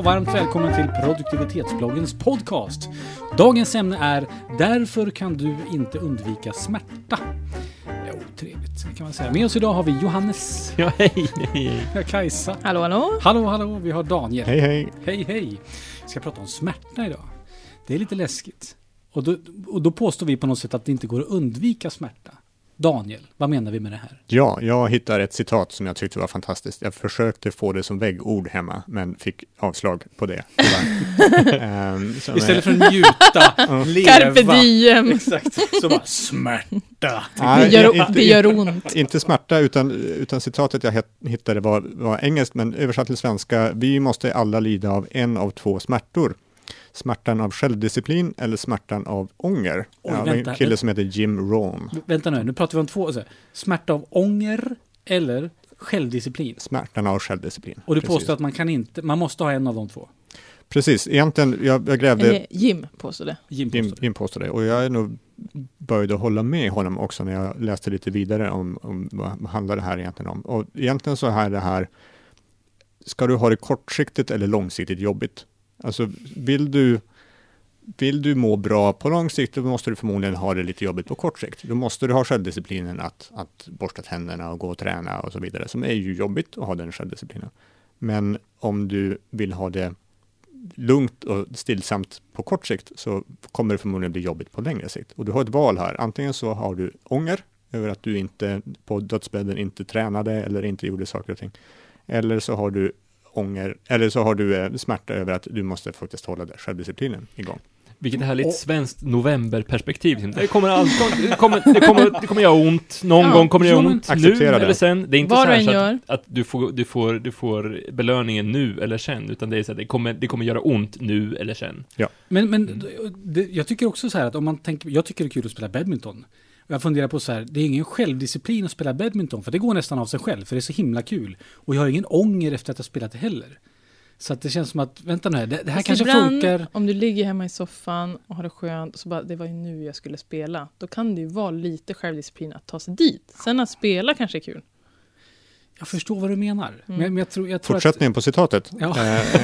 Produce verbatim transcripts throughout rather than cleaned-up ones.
och varmt välkommen till Produktivitetsbloggens podcast. Dagens ämne är Därför kan du inte undvika smärta. Jo, trevligt kan man säga. Med oss idag har vi Johannes. Ja, hej, hej. Ja, Kajsa. Hallå, hallå. Hallå, hallå. Vi har Daniel. Hej, hej. Hej, hej. Vi ska prata om smärta idag. Det är lite läskigt. Och då, och då påstår vi på något sätt att det inte går att undvika smärta. Daniel, vad menar vi med det här? Ja, jag hittar ett citat som jag tyckte var fantastiskt. Jag försökte få det som väggord hemma, men fick avslag på det. um, Istället är... för att njuta, leva. Carpe diem. Exakt, så bara smärta. Nej, det, gör, inte, det gör ont. Inte smärta, utan, utan citatet jag hittade var, var engelskt, men översatt till svenska. Vi måste alla lida av en av två smärtor. Smärtan av självdisciplin eller smärtan av ånger. Oj, ja, vänta, en kille som heter Jim Rohn. Vänta nu, nu pratar vi om två. Alltså, smärta av ånger eller självdisciplin. Smärtan av självdisciplin. Och du precis. påstår att man kan inte, man måste ha en av de två. Precis, egentligen, jag, jag grävde... Eller Jim påstår det. Jim påstår Jim, det. Jim påstår det. Och jag är nog började hålla med honom också när jag läste lite vidare om, om vad handlar det här egentligen om. Och egentligen så är det här, ska du ha det kortsiktigt eller långsiktigt jobbigt? Alltså vill du Vill du må bra på lång sikt, då måste du förmodligen ha det lite jobbigt på kort sikt. Då måste du ha självdisciplinen att, att borsta tänderna och gå och träna och så vidare, som är ju jobbigt att ha den självdisciplinen. Men om du vill ha det lugnt och stillsamt på kort sikt, så kommer det förmodligen bli jobbigt på längre sikt. Och du har ett val här. Antingen så har du ånger över att du inte på dödsbädden inte tränade eller inte gjorde saker och ting. Eller så har du ånger, eller så har du eh, smärta över att du måste faktiskt hålla där självdisciplinen igång. Vilket härligt och, svenskt novemberperspektiv. Det kommer alltid, det kommer, det kommer, det kommer göra ont. Någon ja, gång kommer det göra ont. Nu det. eller sen. Det är inte Var så här så gör. att, att du, får, du, får, du får belöningen nu eller sen. Utan det är så att det kommer, det kommer göra ont nu eller sen. Ja. Men, men det, jag tycker också så här att om man tänker, jag tycker det är kul att spela badminton. Och jag funderar på så här, det är ingen självdisciplin att spela badminton, för det går nästan av sig själv, för det är så himla kul. Och jag har ingen ånger efter att jag spelat det heller. Så att det känns som att, vänta nu här, det, det här alltså kanske ibland, funkar. Om du ligger hemma i soffan och har det skönt, så bara, det var ju nu jag skulle spela. Då kan det ju vara lite självdisciplin att ta sig dit. Sen att spela kanske är kul. Jag förstår vad du menar. Mm. Men, men jag tror, jag tror Fortsättningen att... på citatet. Ja. Eh,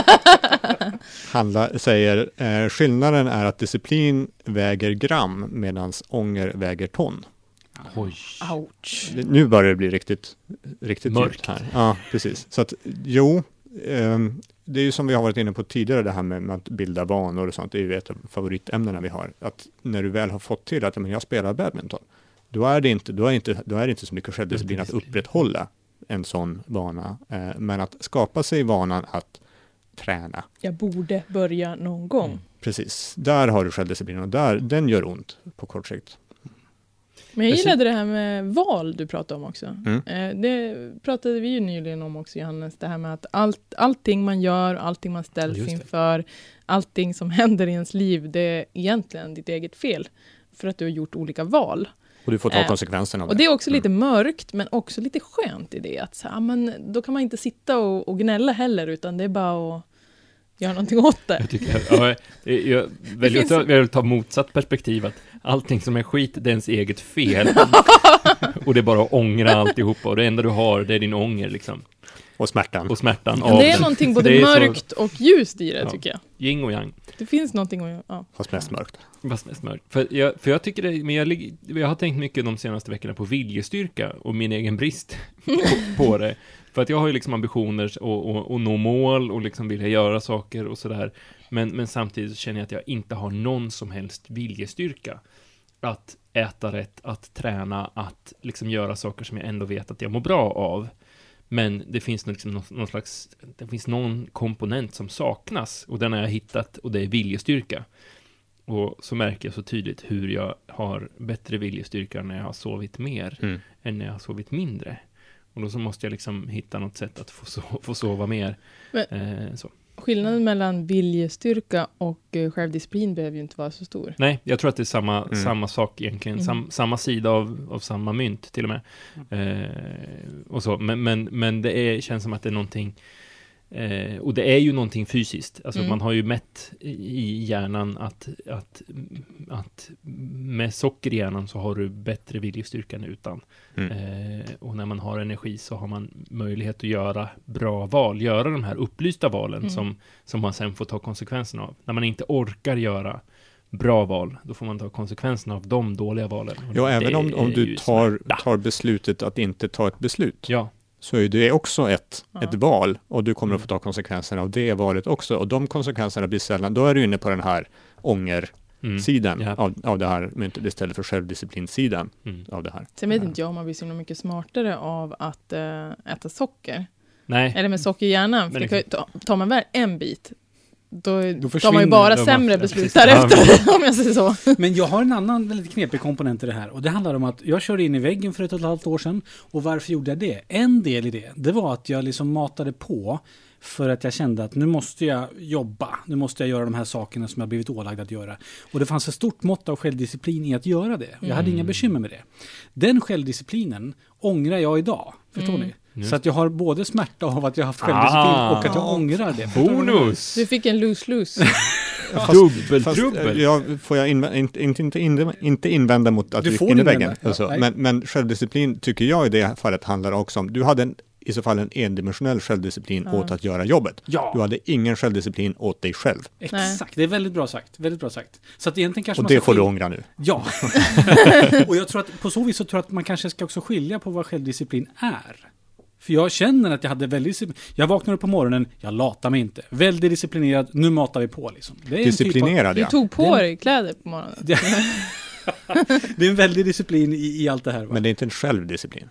handla, säger, eh, skillnaden är att disciplin väger gram medan ånger väger ton. Oj. Ouch. Nu börjar det bli riktigt, riktigt mörkt här. Ja, precis. Så att, jo, eh, det är ju som vi har varit inne på tidigare, det här med, med att bilda vanor och sånt. Det är ju ett av favoritämnena vi har. Att när du väl har fått till att men jag spelar badminton, då är det inte, då är inte, då är det inte så mycket självdisciplin att upprätthålla en sån vana. Eh, men att skapa sig vanan att träna. Jag borde börja någon gång. Mm. Precis. Där har du självdisciplin och där, den gör ont på kort sikt. Men jag gillade det här med val du pratade om också. Mm. Eh, det pratade vi ju nyligen om också, Johannes. Det här med att allt, allting man gör, allting man ställs Just det. inför, allting som händer i ens liv, det är egentligen ditt eget fel. För att du har gjort olika val. Och du får ta eh, konsekvenserna av det. Och det är också mm. lite mörkt, men också lite skönt i det. Att så, ja, men, då kan man inte sitta och, och gnälla heller, utan det är bara att göra någonting åt det. Jag, tycker, ja, jag väljer finns... att ta, ta motsatt perspektiv, att allting som är skit, det är ens eget fel. Och det är bara att ångra alltihopa. Och det enda du har, det är din ånger liksom. Och smärtan. Och smärtan. Ja, det är någonting både mörkt så... och ljust i det, ja, tycker jag. Yin och yang. Det finns någonting att... Ja. Fast mest mörkt. Fast mest mörkt. För jag, för jag tycker det... Men jag, jag har tänkt mycket de senaste veckorna på viljestyrka och min egen brist på, på det. För att jag har ju liksom ambitioner att och, och nå mål och liksom vilja göra saker och sådär. Men, men samtidigt känner jag att jag inte har någon som helst viljestyrka. Att äta rätt, att träna, att liksom göra saker som jag ändå vet att jag mår bra av. Men det finns liksom någon, någon slags, det finns någon komponent som saknas, och den har jag hittat, och det är viljestyrka. Och så märker jag så tydligt hur jag har bättre viljestyrka när jag har sovit mer mm. än när jag har sovit mindre. Och då så måste jag liksom hitta något sätt att få, so- få sova mer. Men, eh, så. Skillnaden mellan viljestyrka och eh, självdisciplin behöver ju inte vara så stor. Nej, jag tror att det är samma, mm. samma sak egentligen. Mm. Sam, samma sida av, av samma mynt till och med. Eh, och så. Men, men, men det är, känns som att det är någonting... Eh, och det är ju någonting fysiskt. Alltså Mm. man har ju mätt i hjärnan att, att, att med socker i hjärnan så har du bättre viljestyrka än utan. Mm. Eh, och när man har energi så har man möjlighet att göra bra val. Göra de här upplysta valen Mm. som, som man sen får ta konsekvenserna av. När man inte orkar göra bra val, då får man ta konsekvenserna av de dåliga valen. Och Ja, det även om, om är du ju tar, smärta. tar beslutet att inte ta ett beslut. Ja, Så är det också ett, Ja. ett val och du kommer att få ta konsekvenserna av det valet också. Och de konsekvenserna blir sällan, då är du inne på den här ångersidan mm. ja. av, av det här myntet istället för självdisciplinsidan Mm. av det här. Sen vet inte jag om man blir så himla mycket smartare av att äh, äta socker. Nej. Eller med socker i hjärnan. För Men det kan, ju- ta- tar man väl en bit, då, Då tar man försvinner ju bara de- sämre ja, beslut precis. därefter, om jag säger så. Men jag har en annan väldigt knepig komponent i det här. Och det handlar om att jag körde in i väggen för ett och ett halvt år sedan. Och varför gjorde jag det? En del i det, det var att jag liksom matade på för att jag kände att nu måste jag jobba. Nu måste jag göra de här sakerna som jag blivit ålagd att göra. Och det fanns ett stort mått av självdisciplin i att göra det. Jag hade Mm. inga bekymmer med det. Den självdisciplinen ångrar jag idag. Förstår Mm. ni? Just. Så att jag har både smärta av att jag har haft självdisciplin Ah. och att jag ångrar det. Förstår du? Bonus! Du fick en lose-lose. Fast, Dubbeltrubbel! eh, ja, får jag invä- inte, inte, inte, invä- inte invända mot att Du du får gick in i invända. väggen. Ja, Alltså, nej. men, men självdisciplin tycker jag i det fallet handlar också om, du hade en, i så fall en endimensionell självdisciplin Ja. åt att göra jobbet. Ja. Du hade ingen självdisciplin åt dig själv. Exakt, det är väldigt bra sagt. Väldigt bra sagt. Så att egentligen kanske Och man det ska får du skilja- ångra nu. Ja. Och jag tror att på så vis så tror jag att man kanske ska också skilja på vad självdisciplin är. För jag känner att jag hade väldigt disciplin. Jag vaknar upp på morgonen, jag latar mig inte. Väldigt disciplinerad, nu matar vi på liksom. Det är en Disciplinerad, Du ja. tog på Den- dig kläder på morgonen. Typ av, det är en väldig disciplin i, i allt det här. Va? Men det är inte en självdisciplin.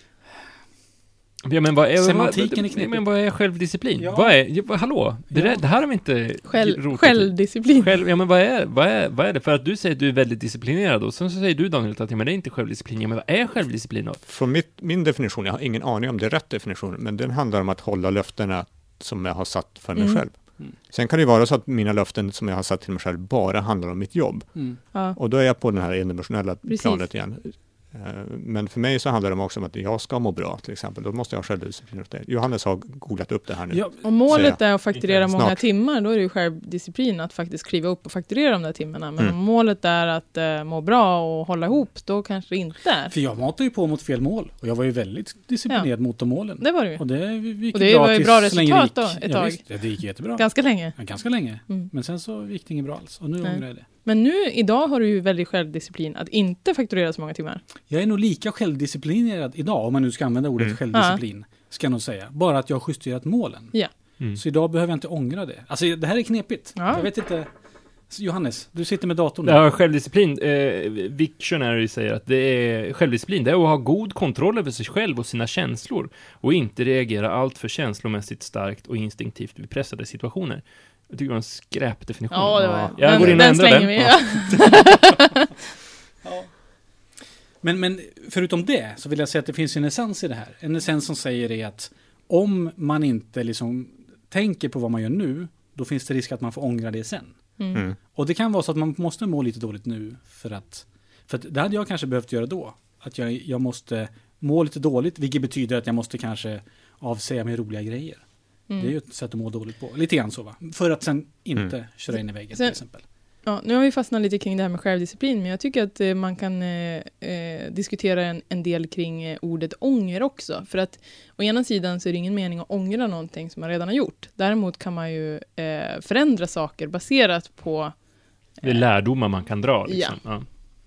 Ja, men vad är, Semantiken vad, är knepig. men vad är självdisciplin? Ja. Vad är, ja, hallå? Det, Ja. där, det här har vi inte Själv, rotat i. självdisciplin. Själv, ja men vad är, vad, är, vad är det? För att du säger att du är väldigt disciplinerad och sen så säger du Daniel att ja, men det är inte självdisciplin. Ja, men vad är självdisciplin då? Från mitt, min definition, jag har ingen aning om det är rätt definition, men den handlar om att hålla löftena som jag har satt för mig Mm. själv. Mm. Sen kan det ju vara så att mina löften som jag har satt till mig själv bara handlar om mitt jobb. Mm. Ja. Och då är jag på den här endimensionella Precis. planet igen. Eh, Men för mig så handlar det också om att jag ska må bra till exempel. Då måste jag ha självdisciplin åt det. Johannes har googlat upp det här nu. Ja, Om målet Säger är att fakturera Inte många snart. timmar, då är det ju självdisciplin att faktiskt kliva upp och fakturera de där timmarna. Men Mm. om målet är att uh, må bra och hålla ihop, då kanske det inte är. för jag matade ju på mot fel mål. Och jag var ju väldigt disciplinerad mot de målen. Det var det ju. Och det gick Och det bra var ju tills- bra så länge det resultat gick. då, ett Ja, tag. visst, det gick jättebra. Ganska länge. Ja, ganska länge. Mm. Men sen så gick det inget bra alls. Och nu Nej. ångrar jag det. Men nu, idag har du ju väldigt självdisciplin att inte fakturera så många timmar. Jag är nog lika självdisciplinerad idag, om man nu ska använda ordet Mm. självdisciplin. Ska jag nog säga. Bara att jag har justerat målen. Ja. Mm. Så idag behöver jag inte ångra det. Alltså det här är knepigt. Ja. Jag vet inte. Johannes, du sitter med datorn nu. Ja, självdisciplin. Eh, Victionary säger att det är självdisciplin. Det är att ha god kontroll över sig själv och sina känslor och inte reagera allt för känslomässigt starkt och instinktivt vid pressade situationer. Jag tycker det var en skräpdefinition. Ja, det var Ja. Jag den, går in och den ändrar slänger den. vi. Ja. Ja. Men, men förutom det så vill jag säga att det finns en essens i det här. En essens som säger är att om man inte liksom tänker på vad man gör nu, då finns det risk att man får ångra det sen. Mm. Mm. Och det kan vara så att man måste må lite dåligt nu för att, för att det hade jag kanske behövt göra då. Att jag, jag måste må lite dåligt, vilket betyder att jag måste kanske avsäga mig roliga grejer. Mm. Det är ju ett sätt att må dåligt på. Lite grann så va? För att sen inte Mm. köra in i väggen Sen- till exempel. Ja, nu har vi fastnat lite kring det här med självdisciplin, men jag tycker att eh, man kan eh, eh, diskutera en, en del kring eh, ordet ånger också. För att å ena sidan så är det ingen mening att ångra någonting som man redan har gjort. Däremot kan man ju eh, förändra saker baserat på... Det är lärdomar man kan dra. Liksom. Ja.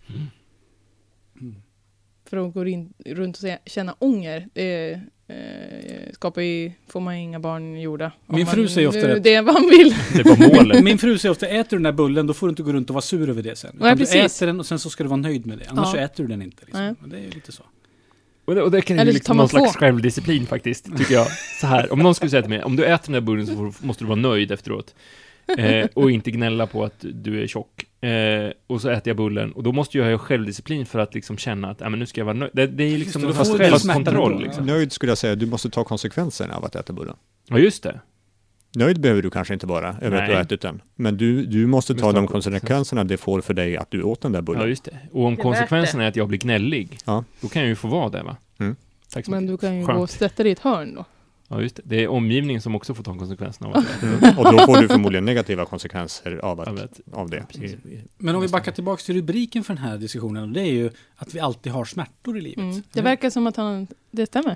För att gå in, runt och säga, känna ånger, det eh, skapar ju, får man inga barn gjorda. Om Min fru man, säger ofta det. det är vad man vill. Det var målet. Min fru säger ofta, äter du den där bullen, då får du inte gå runt och vara sur över det sen. Ja, Utan du precis. äter den och sen så ska du vara nöjd med det. Annars Ja. så äter du den inte. Liksom. Nej. Men det är ju lite så. Och det, och det kan ju Eller så liksom tar man någon slags två. självdisciplin faktiskt, tycker jag. Så här, om någon skulle säga till mig, om du äter den där bullen så får, måste du vara nöjd efteråt. Eh, och inte gnälla på att du är tjock. Eh, och så äter jag bullen. Och då måste jag ha självdisciplin för att liksom känna att äh, men nu ska jag vara nöjd. Det, det är ju liksom Just det, någon då får slags du smärtan självkontroll. ändå. Liksom. Nöjd skulle jag säga, du måste ta konsekvenserna av att äta bullen. Ja, just det. Nöjd behöver du kanske inte vara över att du Nej. har ätit den. Men du, du måste Du ta måste de ha konsekvenserna det får för dig att du åt den där bullen. Ja, just det. Och om Det är konsekvensen värt det. är att jag blir gnällig, Ja. då kan jag ju få vara det, va? Mm. Tack så Men mycket. du kan ju Skönt. gå och sätta dig i ett hörn då. Ja, just det. Det är omgivningen som också får ta konsekvenserna av det. Och då får du förmodligen negativa konsekvenser av, att, av det. Men om vi backar tillbaka till rubriken för den här diskussionen, det är ju att vi alltid har smärtor i livet. Mm. Det verkar som att han, det stämmer.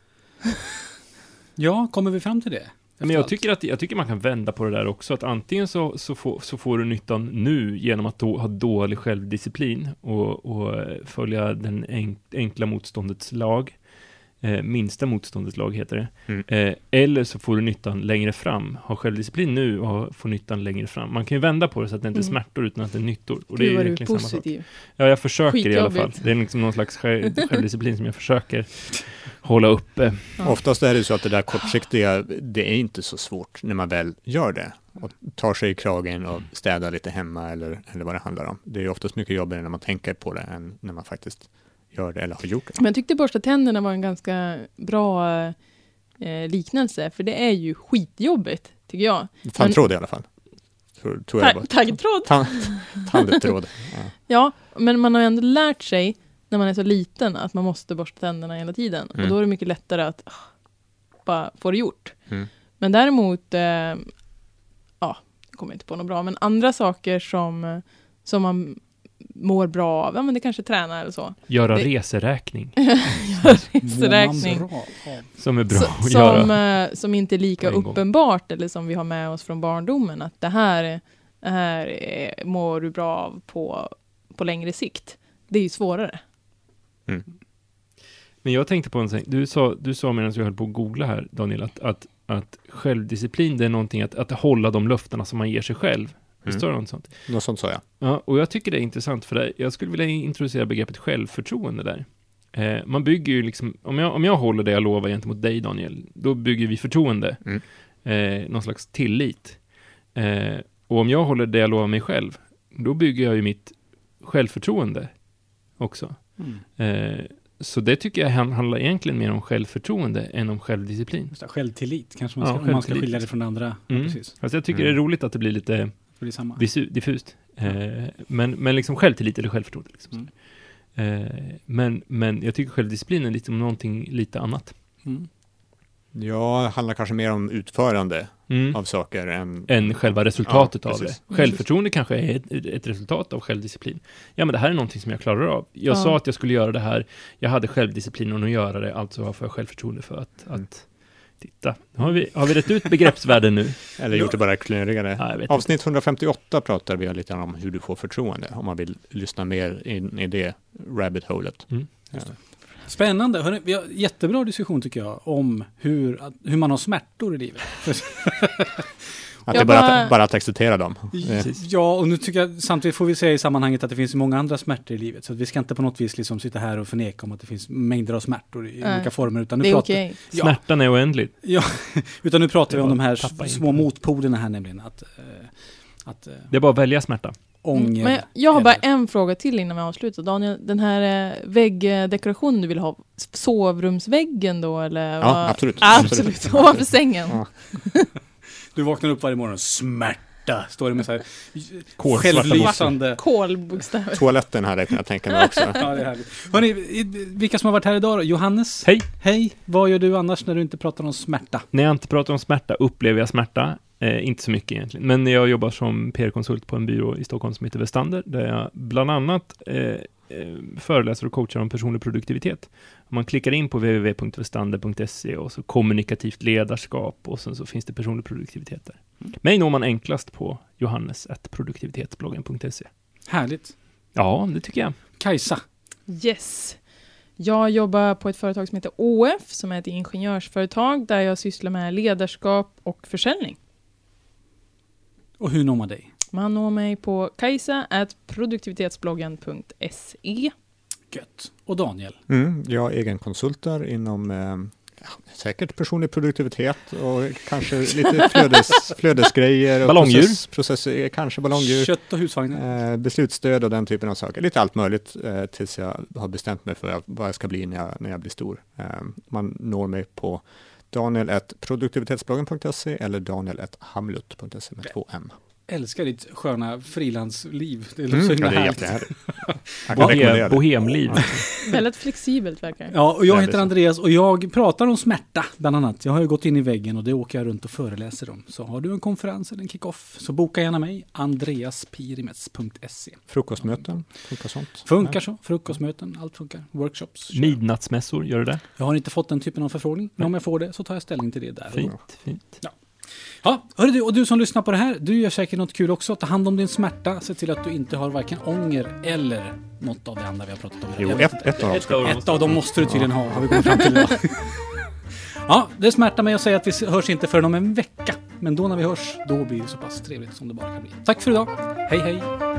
Ja, kommer vi fram till det? Men jag tycker, att, jag tycker man kan vända på det där också. Att antingen så, så, får, så får du nyttan nu genom att då, ha dålig självdisciplin och, och följa den enk, enkla motståndets lag. Eh, minsta motståndets lag heter det. Mm. Eh, eller så får du nyttan längre fram. Ha självdisciplin nu och få nyttan längre fram. Man kan ju vända på det så att det inte är smärtor utan att det är nyttor. Och det är ju verkligen samma sak. Ja, jag försöker Skitjobbigt. i alla fall. Det är liksom någon slags själv, självdisciplin som jag försöker hålla uppe. Ja. Oftast är det så att det där kortsiktiga, det är inte så svårt när man väl gör det. Och tar sig i kragen och städar lite hemma eller, eller vad det handlar om. Det är oftast mycket jobbigare när man tänker på det än när man faktiskt gör det eller har gjort det. Men jag tyckte borsta tänderna var en ganska bra eh, liknelse. För det är ju skitjobbigt, tycker jag. Tandtråd i alla fall. Tror, tror ta- taggtråd? Tandtråd. Ja. Ja, men man har ändå lärt sig när man är så liten att man måste borsta tänderna hela tiden. Mm. Och då är det mycket lättare att uh, bara få det gjort. Mm. Men däremot, eh, ja, jag kommer inte på något bra, men andra saker som, som man mår bra av, ja men det kanske tränar eller så. Göra det... reseräkning. Göra reseräkning. Som är bra så, att som, göra. Som inte är lika uppenbart eller som vi har med oss från barndomen. Att det här, det här är, mår du bra av på, på längre sikt. Det är ju svårare. Mm. Men jag tänkte på en sak. Du sa, du sa medan jag höll på att googla här, Daniel, att, att, att självdisciplin, det är någonting att, att hålla de löftena som man ger sig själv. Visst står det något sånt? Något sånt sa jag. Ja, och jag tycker det är intressant för det. Jag skulle vilja introducera begreppet självförtroende där. Eh, man bygger ju liksom, om jag, om jag håller det jag lovar gentemot dig, Daniel, då bygger vi förtroende. Mm. Eh, någon slags tillit. Eh, och om jag håller det jag lovar mig själv, då bygger jag ju mitt självförtroende också. Mm. Eh, så det tycker jag handlar egentligen mer om självförtroende än om självdisciplin. Självtillit, kanske man ska, ja, om man ska skilja det från andra. Mm. Ja, precis. Alltså jag tycker mm. det är roligt att det blir lite det samma. Diffu- diffust. Ja. Eh, men, men liksom självtillit eller självförtroende. Liksom. Mm. Eh, men, men jag tycker självdisciplin är lite om någonting lite annat. Mm. Ja, det handlar kanske mer om utförande mm. av saker än, än själva resultatet ja, av det. Självförtroende kanske är ett, ett resultat av självdisciplin. Ja, men det här är någonting som jag klarar av. Jag ja. sa att jag skulle göra det här. Jag hade självdisciplin att göra det. Alltså har jag självförtroende för att, mm. att titta. Har vi, har vi rätt ut begreppsvärlden nu? Eller gjort det bara klurigare. Ja, Avsnitt hundrafemtioåtta pratar vi lite om hur du får förtroende. Om man vill lyssna mer in i det rabbit-holet. Mm. Ja. Spännande. Hörrni, vi har jättebra diskussion tycker jag om hur, hur man har smärtor i livet. Att det är bara, bara, att, bara att acceptera dem. Ja, och nu tycker jag samtidigt får vi säga i sammanhanget att det finns många andra smärtor i livet. Så att vi ska inte på något vis liksom sitta här och förneka om att det finns mängder av smärtor i äh, olika former. Utan nu det är pratar, okej. Ja, smärtan är oändlig. Ja, utan nu pratar vi om de här små motpolerna här nämligen. Att, att, det är bara att välja smärta. Mm, men jag har bara en fråga till innan vi avslutar. Daniel, den här eh, väggdekorationen du vill ha, sovrumsväggen då? Eller, ja, vad? absolut. Absolut, absolut. Ovanför sängen. Ja. Du vaknar upp varje morgon, smärta, står det med så här självlysande kolbokstäver. Toaletten hade jag kunnat tänka mig också. Ja, det är härligt. Hörrni, vilka som har varit här idag då? Johannes? Hej. Hej, vad gör du annars när du inte pratar om smärta? När jag inte pratar om smärta upplever jag smärta. Eh, inte så mycket egentligen. Men jag jobbar som P R-konsult på en byrå i Stockholm som heter Westander, där jag bland annat eh, eh, föreläser och coachar om personlig produktivitet. Om man klickar in på w w w punkt westander punkt se och så kommunikativt ledarskap och sen så finns det personlig produktivitet där. Mm. Mig når man enklast på johannes at produktivitetsbloggen punkt se. Härligt. Ja, det tycker jag. Kajsa? Yes. Jag jobbar på ett företag som heter Å F som är ett ingenjörsföretag där jag sysslar med ledarskap och försäljning. Och hur når man dig? Man når mig på kajsa at produktivitetsbloggen punkt se. Gött. Och Daniel? Mm, jag är egen konsultar inom eh, ja, säkert personlig produktivitet och kanske lite flödes, flödesgrejer. Och ballongdjur? Process, process, kanske ballongdjur. Kött och husvagnar. Eh, beslutsstöd och den typen av saker. Lite allt möjligt eh, tills jag har bestämt mig för vad jag ska bli när jag, när jag blir stor. Eh, man når mig på daniel at produktivitetsbloggen punkt se eller daniel at hamlut punkt se med två m. Älskar ditt sköna frilansliv. Det är mm, så ja, det är härligt. jättehärligt. Jag kan rekommendera Bohem, det. bohemliv. Väldigt flexibelt verkar. Ja, och jag Nej, heter det är så. Andreas och jag pratar om smärta bland annat. Jag har ju gått in i väggen och det åker jag runt och föreläser om. Så har du en konferens eller en kick-off så boka gärna mig, andreas pirimets punkt se. Frukostmöten, funkar sånt. Funkar så, frukostmöten, allt funkar. Workshops. Midnattsmässor, gör det där? Jag har inte fått den typen av förfrågning, men om jag får det så tar jag ställning till det där. Fint, fint. Ja, hörru du, och du som lyssnar på det här, du gör säkert något kul också. Ta hand om din smärta, se till att du inte har varken ånger eller något av det andra vi har pratat om. Jo, Jag vet ett, inte. ett av dem ska Ett av dem måste du tydligen ha, har vi kommit fram till idag. Ja, det smärtar mig att säga att vi hörs inte förrän om en vecka. Men då när vi hörs, då blir det så pass trevligt som det bara kan bli. Tack för idag. Hej hej!